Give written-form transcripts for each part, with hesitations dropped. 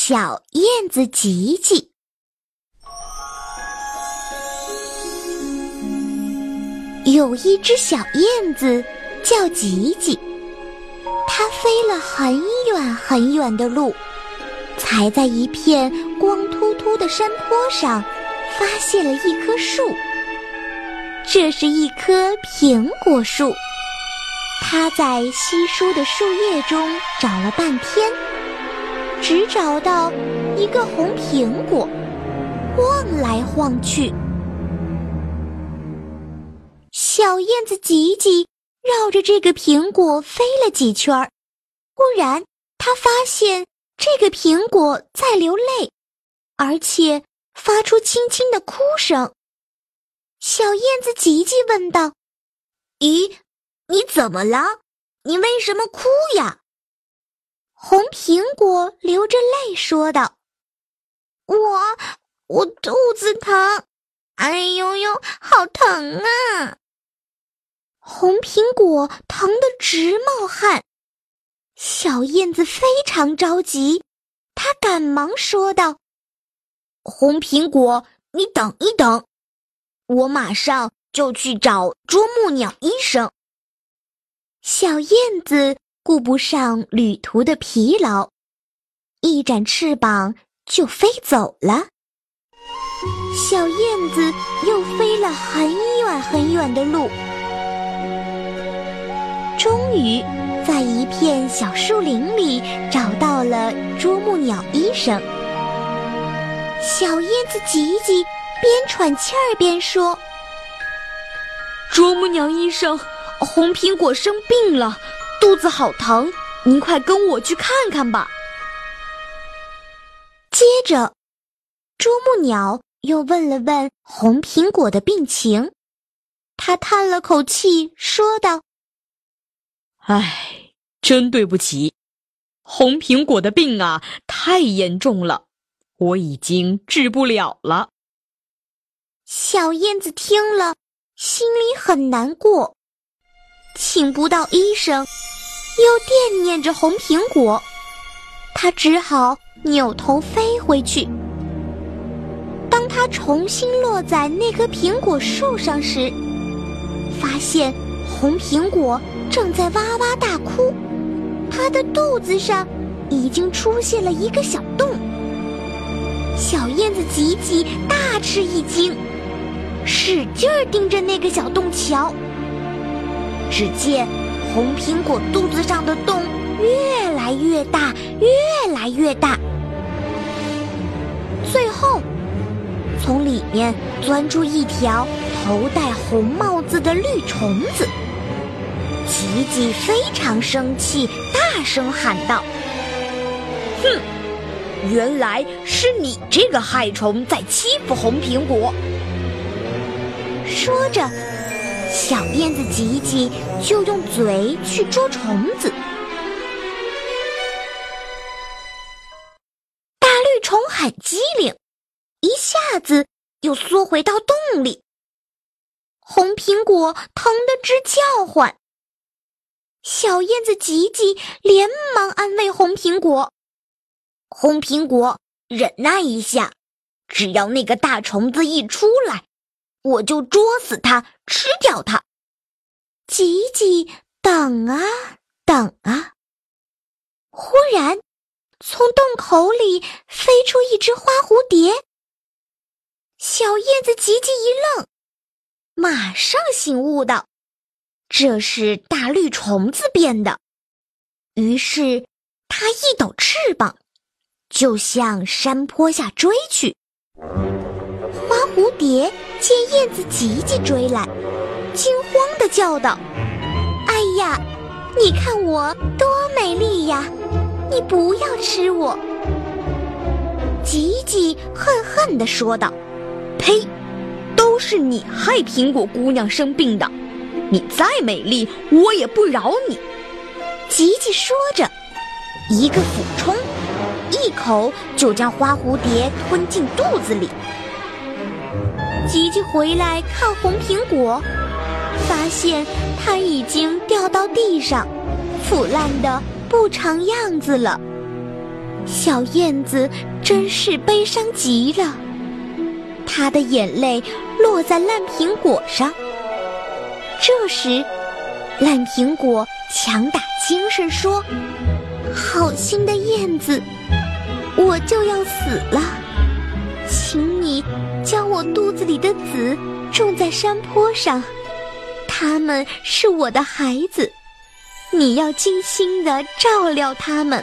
小燕子吉吉。有一只小燕子叫吉吉，它飞了很远很远的路，才在一片光秃秃的山坡上发现了一棵树。这是一棵苹果树。它在稀疏的树叶中找了半天，只找到一个红苹果，晃来晃去。小燕子吉吉绕着这个苹果飞了几圈，忽然它发现这个苹果在流泪，而且发出轻轻的哭声。小燕子吉吉问道：“咦，你怎么了？你为什么哭呀？”红苹果流着泪说道：“我肚子疼，哎呦呦，好疼啊！”红苹果疼得直冒汗。小燕子非常着急，她赶忙说道：“红苹果，你等一等，我马上就去找啄木鸟医生。”小燕子顾不上旅途的疲劳，一展翅膀就飞走了。小燕子又飞了很远很远的路，终于在一片小树林里找到了啄木鸟医生。小燕子吉吉边喘气儿边说：“啄木鸟医生，红苹果生病了，肚子好疼，您快跟我去看看吧。”接着，啄木鸟又问了问红苹果的病情，他叹了口气说道：“ 唉，真对不起，红苹果的病啊，太严重了，我已经治不了了。” 小燕子听了，心里很难过，请不到医生，又惦念着红苹果，它只好扭头飞回去。当它重新落在那棵苹果树上时，发现红苹果正在哇哇大哭，它的肚子上已经出现了一个小洞。小燕子吉吉大吃一惊，使劲儿盯着那个小洞瞧。只见红苹果肚子上的洞越来越大，越来越大，最后从里面钻出一条头戴红帽子的绿虫子。吉吉非常生气，大声喊道：“哼！原来是你这个害虫在欺负红苹果！”说着，小燕子吉吉就用嘴去捉虫子。大绿虫很机灵，一下子又缩回到洞里。红苹果疼得直叫唤。小燕子吉吉连忙安慰红苹果：“红苹果，忍耐一下，只要那个大虫子一出来，我就捉死它，吃掉它。”吉吉等啊等啊，忽然从洞口里飞出一只花蝴蝶。小燕子吉吉一愣，马上醒悟道：这是大绿虫子变的。于是它一抖翅膀，就向山坡下追去。花蝴蝶见燕子吉吉追来，惊慌地叫道：“哎呀，你看我多美丽呀！你不要吃我！”吉吉恨恨地说道：“呸！都是你害苹果姑娘生病的，你再美丽，我也不饶你！”吉吉说着，一个俯冲，一口就将花蝴蝶吞进肚子里。吉吉回来看红苹果，发现它已经掉到地上，腐烂得不成样子了。 小燕子真是悲伤极了，她的眼泪落在烂苹果上。这时，烂苹果强打精神说：“好心的燕子，我就要死了，请你将我肚子里的籽种在山坡上，他们是我的孩子，你要精心地照料他们。”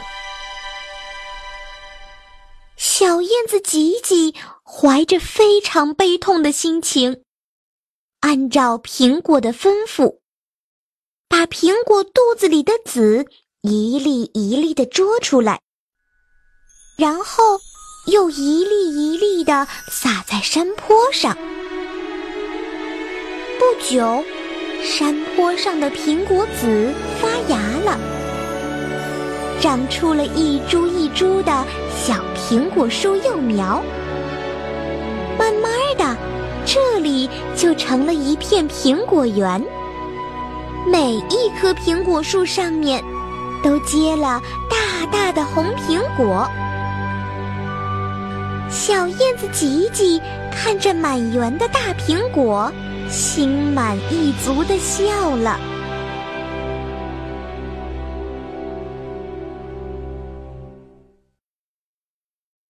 小燕子吉吉怀着非常悲痛的心情，按照苹果的吩咐，把苹果肚子里的籽一粒一粒地捉出来，然后又一粒一粒地撒在山坡上。不久，山坡上的苹果籽发芽了，长出了一株一株的小苹果树幼苗。慢慢的，这里就成了一片苹果园，每一棵苹果树上面都结了大大的红苹果。小燕子吉吉看着满园的大苹果，心满意足地笑了。